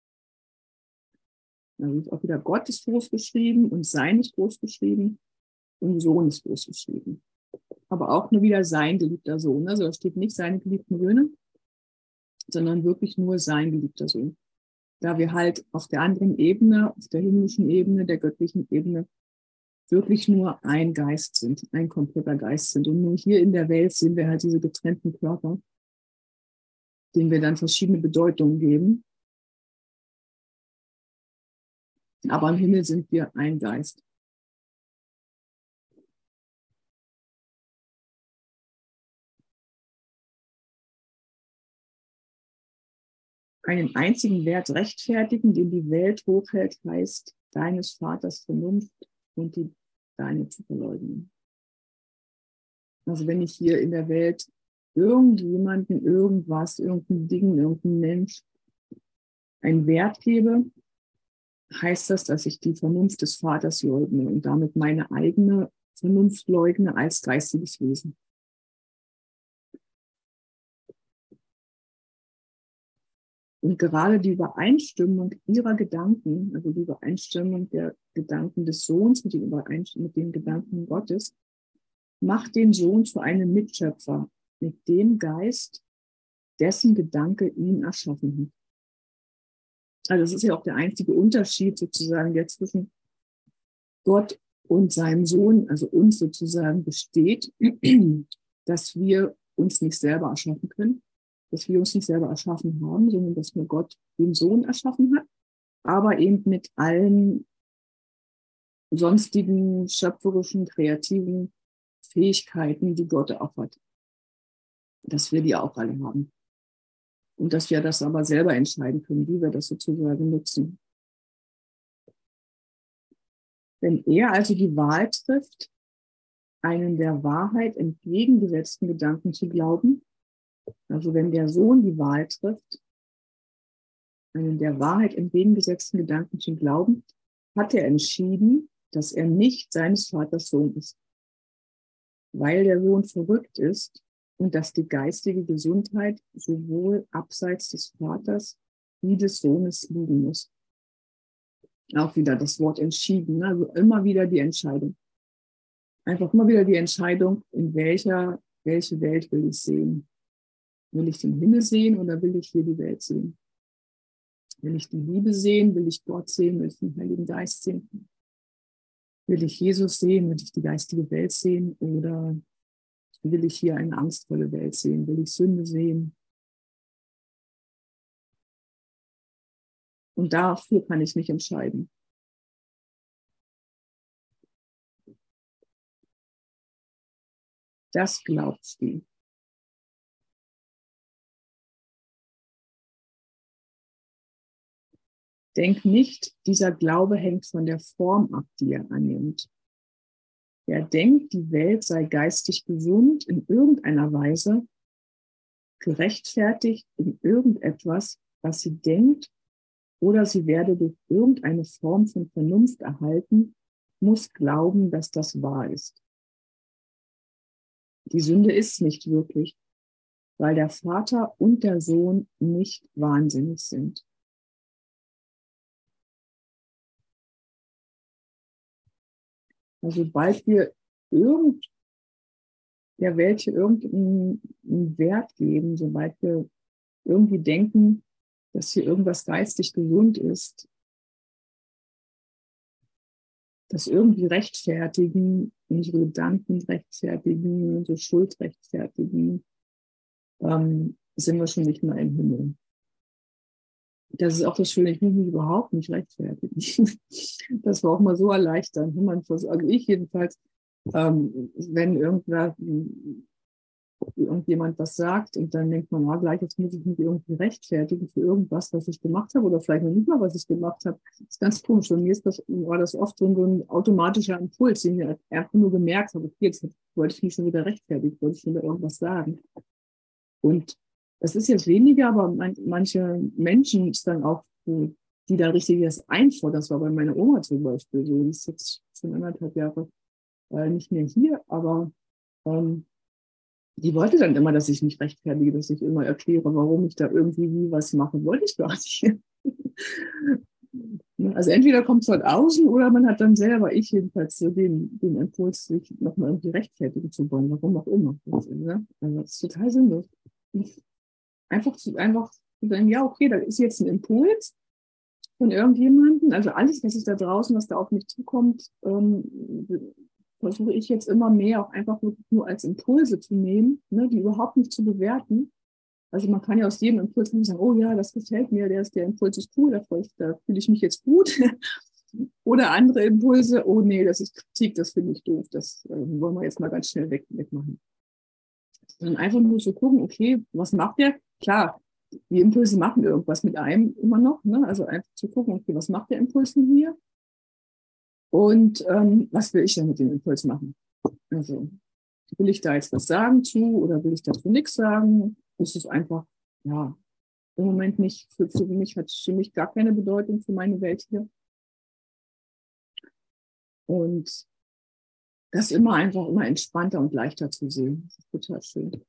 Da wird auch wieder Gott ist groß geschrieben und sein ist groß geschrieben und Sohn ist groß geschrieben. Aber auch nur wieder sein geliebter Sohn. Also da steht nicht seine geliebten Söhne, sondern wirklich nur sein geliebter Sohn. Da wir halt auf der anderen Ebene, auf der himmlischen Ebene, der göttlichen Ebene, wirklich nur ein Geist sind, ein kompletter Geist sind. Und nur hier in der Welt sehen wir halt diese getrennten Körper, denen wir dann verschiedene Bedeutungen geben. Aber im Himmel sind wir ein Geist. Einen einzigen Wert rechtfertigen, den die Welt hochhält, heißt, deines Vaters Vernunft und die deine zu verleugnen. Also wenn ich hier in der Welt irgendjemanden, irgendwas, irgendein Ding, irgendein Mensch einen Wert gebe, heißt das, dass ich die Vernunft des Vaters leugne und damit meine eigene Vernunft leugne als geistiges Wesen. Und gerade die Übereinstimmung ihrer Gedanken, also die Übereinstimmung der Gedanken des Sohns mit den, mit den Gedanken Gottes, macht den Sohn zu einem Mitschöpfer mit dem Geist, dessen Gedanke ihn erschaffen hat. Also das ist ja auch der einzige Unterschied sozusagen, der zwischen Gott und seinem Sohn, also uns sozusagen besteht, dass wir uns nicht selber erschaffen können, dass wir uns nicht selber erschaffen haben, sondern dass nur Gott den Sohn erschaffen hat, aber eben mit allen sonstigen schöpferischen, kreativen Fähigkeiten, die Gott auch hat. Dass wir die auch alle haben. Und dass wir das aber selber entscheiden können, wie wir das sozusagen nutzen. Wenn er also die Wahl trifft, einen der Wahrheit entgegengesetzten Gedanken zu glauben, also wenn der Sohn die Wahl trifft, einen der Wahrheit entgegengesetzten Gedanken zu glauben, hat er entschieden, dass er nicht seines Vaters Sohn ist, weil der Sohn verrückt ist und dass die geistige Gesundheit sowohl abseits des Vaters wie des Sohnes liegen muss. Auch wieder das Wort entschieden, also immer wieder die Entscheidung. Einfach immer wieder die Entscheidung, in welcher, welche Welt will ich sehen. Will ich den Himmel sehen oder will ich hier die Welt sehen? Will ich die Liebe sehen? Will ich Gott sehen? Will ich den Heiligen Geist sehen? Will ich Jesus sehen? Will ich die geistige Welt sehen? Oder will ich hier eine angstvolle Welt sehen? Will ich Sünde sehen? Und dafür kann ich mich entscheiden. Das glaubst du. Denk nicht, dieser Glaube hängt von der Form ab, die er annimmt. Wer denkt, die Welt sei geistig gesund in irgendeiner Weise, gerechtfertigt in irgendetwas, was sie denkt, oder sie werde durch irgendeine Form von Vernunft erhalten, muss glauben, dass das wahr ist. Die Sünde ist nicht wirklich, weil der Vater und der Sohn nicht wahnsinnig sind. Also sobald wir irgend der Welt hier irgendeinen Wert geben, sobald wir irgendwie denken, dass hier irgendwas geistig gesund ist, das irgendwie rechtfertigen, unsere Gedanken rechtfertigen, unsere Schuld rechtfertigen, ähm, sind wir schon nicht mehr im Himmel. Das ist auch das Schöne, ich muss mich überhaupt nicht rechtfertigen. Das war auch mal so erleichternd. Also ich jedenfalls, ähm, wenn irgendwer, irgendjemand was sagt und dann denkt man, ah, gleich jetzt muss ich mich irgendwie rechtfertigen für irgendwas, was ich gemacht habe oder vielleicht noch nicht mal, was ich gemacht habe. Das ist ganz komisch. Und mir ist das, war das oft so ein automatischer Impuls, den ich einfach nur gemerkt habe, okay, jetzt wollte ich mich schon wieder rechtfertigen, wollte ich schon wieder irgendwas sagen. Und das ist jetzt weniger, aber man, manche Menschen ist dann auch, die da richtig das einfordern. Das war bei meiner Oma zum Beispiel so. Die ist jetzt schon anderthalb Jahre äh, nicht mehr hier, aber ähm, die wollte dann immer, dass ich mich rechtfertige, dass ich immer erkläre, warum ich da irgendwie wie was mache. Wollte ich gar nicht. Also entweder kommt es von außen oder man hat dann selber, ich jedenfalls, so den, den Impuls, sich nochmal irgendwie rechtfertigen zu wollen, warum auch immer. Also das ist total sinnlos. Einfach zu, einfach zu sagen, ja, okay, da ist jetzt ein Impuls von irgendjemandem. Also alles, was ist da draußen, was da auf mich zukommt, ähm, versuche ich jetzt immer mehr auch einfach nur als Impulse zu nehmen, ne, die überhaupt nicht zu bewerten. Also man kann ja aus jedem Impuls nicht sagen, oh ja, das gefällt mir, der, ist, der Impuls ist cool, da, da fühle ich mich jetzt gut. Oder andere Impulse, oh nee, das ist Kritik, das finde ich doof, das äh, wollen wir jetzt mal ganz schnell weg, wegmachen. Sondern einfach nur so gucken, okay, was macht der? Klar, die Impulse machen irgendwas mit einem immer noch, ne? Also einfach zu gucken, okay, was macht der Impuls denn hier? Und ähm, was will ich denn mit dem Impuls machen? Also will ich da jetzt was sagen zu oder will ich dazu nichts sagen? Ist es einfach, ja, im Moment nicht, für, für mich hat es für mich gar keine Bedeutung für meine Welt hier. Und das immer einfach immer entspannter und leichter zu sehen. Das ist total schön.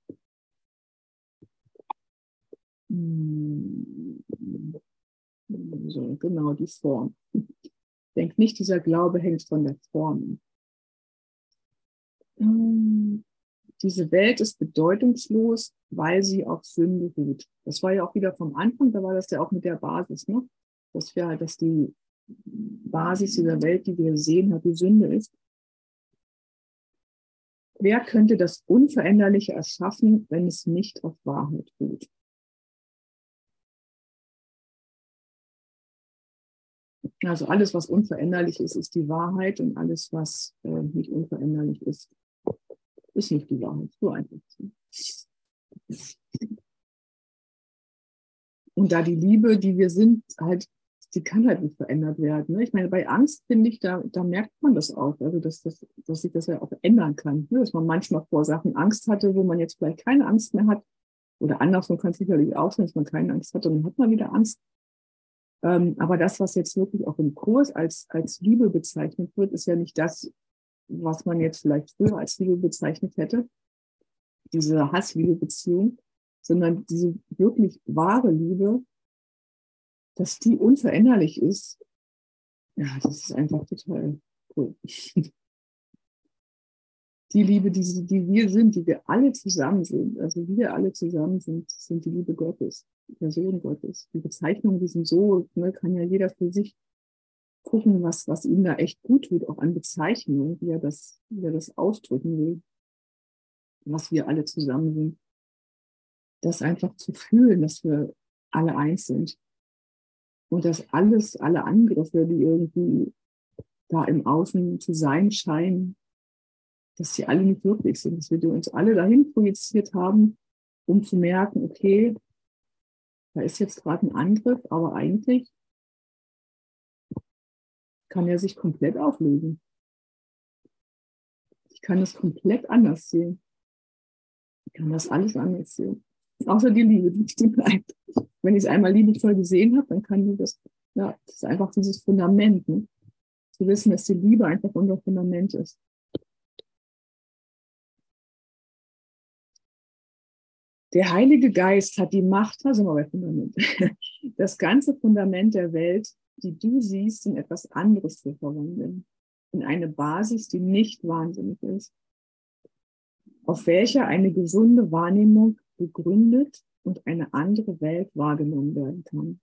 So, genau, die Form. Denk nicht, dieser Glaube hängt von der Form. Diese Welt ist bedeutungslos, weil sie auf Sünde ruht. Das war ja auch wieder vom Anfang, da war das ja auch mit der Basis, ne? Dass wir halt, dass die Basis dieser Welt, die wir sehen, halt die Sünde ist. Wer könnte das Unveränderliche erschaffen, wenn es nicht auf Wahrheit ruht? Also alles, was unveränderlich ist, ist die Wahrheit und alles, was äh, nicht unveränderlich ist, ist nicht die Wahrheit. So einfach. Und da die Liebe, die wir sind, halt, die kann halt nicht verändert werden. Ne? Ich meine, bei Angst, finde ich, da, da merkt man das auch, also dass, dass, dass sich das ja auch ändern kann. Ne? Dass man manchmal vor Sachen Angst hatte, wo man jetzt vielleicht keine Angst mehr hat. Oder andersrum kann es sicherlich auch sein, dass man keine Angst hat und dann hat man wieder Angst. Ähm, aber das, was jetzt wirklich auch im Kurs als, als Liebe bezeichnet wird, ist ja nicht das, was man jetzt vielleicht früher als Liebe bezeichnet hätte, diese Hass-Liebe-Beziehung, sondern diese wirklich wahre Liebe, dass die unveränderlich ist. Ja, das ist einfach total cool. Die Liebe, die, die wir sind, die wir alle zusammen sind, also wir alle zusammen sind, sind die Liebe Gottes, die Person Gottes. Die Bezeichnungen, die sind so, ne, kann ja jeder für sich gucken, was, was ihm da echt gut tut, auch an Bezeichnungen, wie er das, wie er das ausdrücken will, was wir alle zusammen sind. Das einfach zu fühlen, dass wir alle eins sind. Und dass alles, alle Angriffe, die irgendwie da im Außen zu sein scheinen, dass sie alle nicht wirklich sind, dass wir uns alle dahin projiziert haben, um zu merken, okay, da ist jetzt gerade ein Angriff, aber eigentlich kann er sich komplett auflösen. Ich kann es komplett anders sehen. Ich kann das alles anders sehen. Außer die Liebe, die bestimmt bleibt. Wenn ich es einmal liebevoll gesehen habe, dann kann ich das, ja, das ist einfach dieses Fundament, ne? Zu wissen, dass die Liebe einfach unser Fundament ist. Der Heilige Geist hat die Macht, da sind wir bei Fundament, das ganze Fundament der Welt, die du siehst, in etwas anderes zu verwandeln. In eine Basis, die nicht wahnsinnig ist, auf welcher eine gesunde Wahrnehmung begründet und eine andere Welt wahrgenommen werden kann.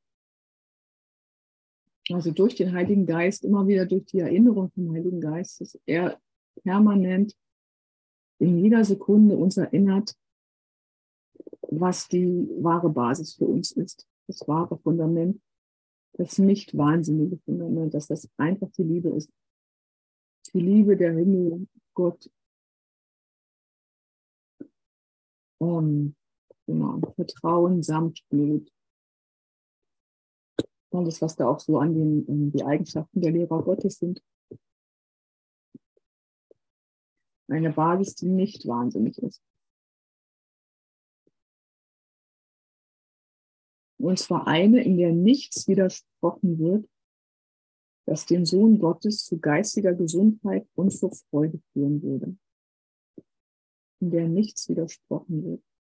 Also durch den Heiligen Geist, immer wieder durch die Erinnerung vom Heiligen Geist, dass er permanent in jeder Sekunde uns erinnert, was die wahre Basis für uns ist. Das wahre Fundament, das nicht wahnsinnige Fundament, dass das einfach die Liebe ist. Die Liebe, der Himmel, Gott. Um, genau, Vertrauen, Sanftmut. Alles, was da auch so an den um, die Eigenschaften der Lehrer Gottes sind. Eine Basis, die nicht wahnsinnig ist. Und zwar eine, in der nichts widersprochen wird, das den Sohn Gottes zu geistiger Gesundheit und zur Freude führen würde. In der nichts widersprochen wird,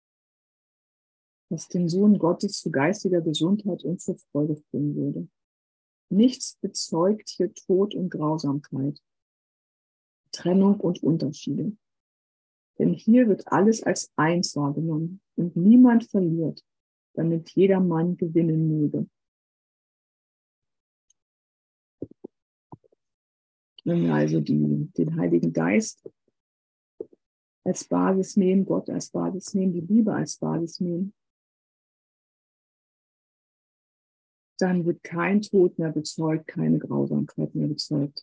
das den Sohn Gottes zu geistiger Gesundheit und zur Freude führen würde. Nichts bezeugt hier Tod und Grausamkeit, Trennung und Unterschiede. Denn hier wird alles als eins wahrgenommen und niemand verliert, damit jedermann gewinnen möge. Wenn wir also die, den Heiligen Geist als Basis nehmen, Gott als Basis nehmen, die Liebe als Basis nehmen, dann wird kein Tod mehr bezeugt, keine Grausamkeit mehr bezeugt.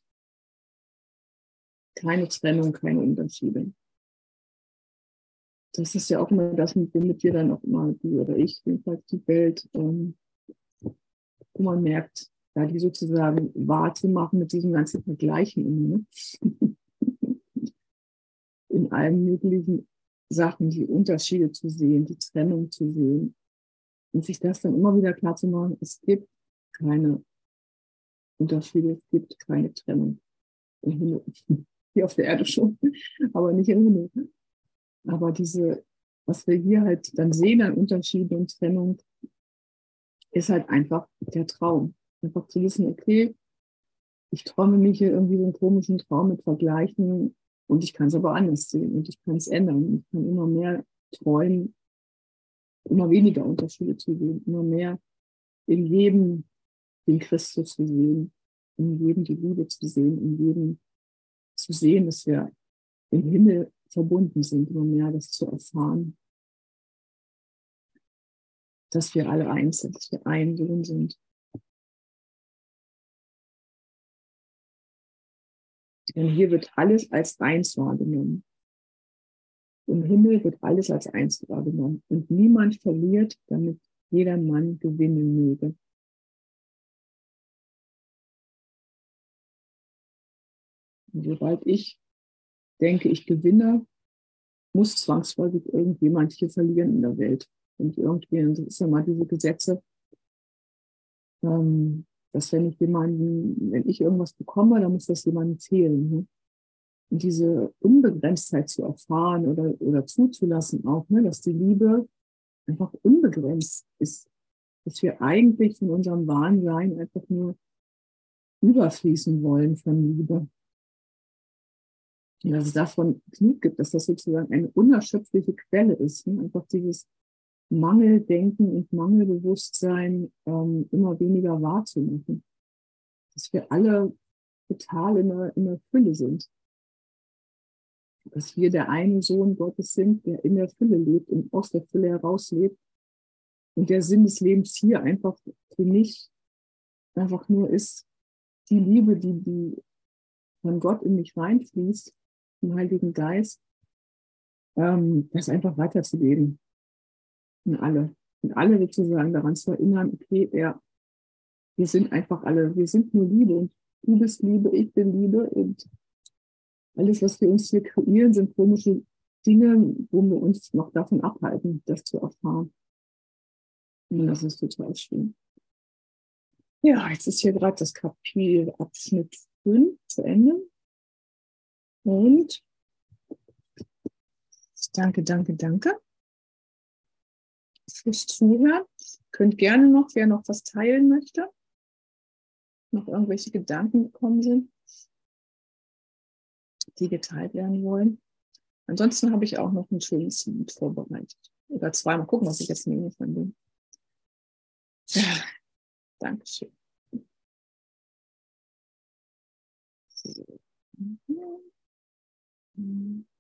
Keine Trennung, keine Unterschiede. Das ist ja auch immer das, womit wir dann auch immer, die oder ich, jedenfalls die Welt, ähm, wo man merkt, ja, die sozusagen wahrzumachen mit diesen ganzen Vergleichen immer, ne? In allen möglichen Sachen, die Unterschiede zu sehen, die Trennung zu sehen. Und sich das dann immer wieder klar zu machen, es gibt keine Unterschiede, es gibt keine Trennung im Himmel. Hier auf der Erde schon, aber nicht im Himmel. Aber diese, was wir hier halt dann sehen an Unterschieden und Trennung, ist halt einfach der Traum. Einfach zu wissen, okay, ich träume mich hier irgendwie so einen komischen Traum mit Vergleichen und ich kann es aber anders sehen und ich kann es ändern. Ich kann immer mehr träumen, immer weniger Unterschiede zu sehen, immer mehr in jedem den Christus zu sehen, in jedem die Liebe zu sehen, in jedem zu sehen, dass wir im Himmel verbunden sind, immer mehr das zu erfahren, dass wir alle eins sind, dass wir ein Sohn sind. Denn hier wird alles als eins wahrgenommen. Im Himmel wird alles als eins wahrgenommen. Und niemand verliert, damit jeder Mann gewinnen möge. Und sobald ich denke, ich gewinne, muss zwangsläufig irgendjemand hier verlieren in der Welt. Und irgendwie, das ist ja mal diese Gesetze, ähm, dass wenn ich jemanden, wenn ich irgendwas bekomme, dann muss das jemandem fehlen. Ne? Und diese Unbegrenztheit zu erfahren oder, oder zuzulassen auch, ne, dass die Liebe einfach unbegrenzt ist. Dass wir eigentlich von unserem wahren Sein einfach nur überfließen wollen von Liebe. Und dass es davon genug gibt, dass das sozusagen eine unerschöpfliche Quelle ist. Ne? Einfach dieses Mangeldenken und Mangelbewusstsein ähm, immer weniger wahrzumachen. Dass wir alle total in der, in der Fülle sind. Dass wir der eine Sohn Gottes sind, der in der Fülle lebt und aus der Fülle heraus lebt. Und der Sinn des Lebens hier einfach für mich einfach nur ist, die Liebe, die, die von Gott in mich reinfließt, im Heiligen Geist, ähm, das einfach weiterzugeben. In alle. In alle sozusagen daran zu erinnern, okay, ja, wir sind einfach alle, wir sind nur Liebe und du bist Liebe, ich bin Liebe und alles, was wir uns hier kreieren, sind komische Dinge, wo wir uns noch davon abhalten, das zu erfahren. Und das ist total schön. Ja, jetzt ist hier gerade das Kapitel Abschnitt fünf zu Ende. Und danke, danke, danke fürs Zuhören. Könnt gerne noch, wer noch was teilen möchte, noch irgendwelche Gedanken gekommen sind, die geteilt werden wollen. Ansonsten habe ich auch noch ein schönes Lied vorbereitet. Oder zwei. Mal gucken, was ich jetzt nehme von dem. Ja, Dankeschön. So. Mhm.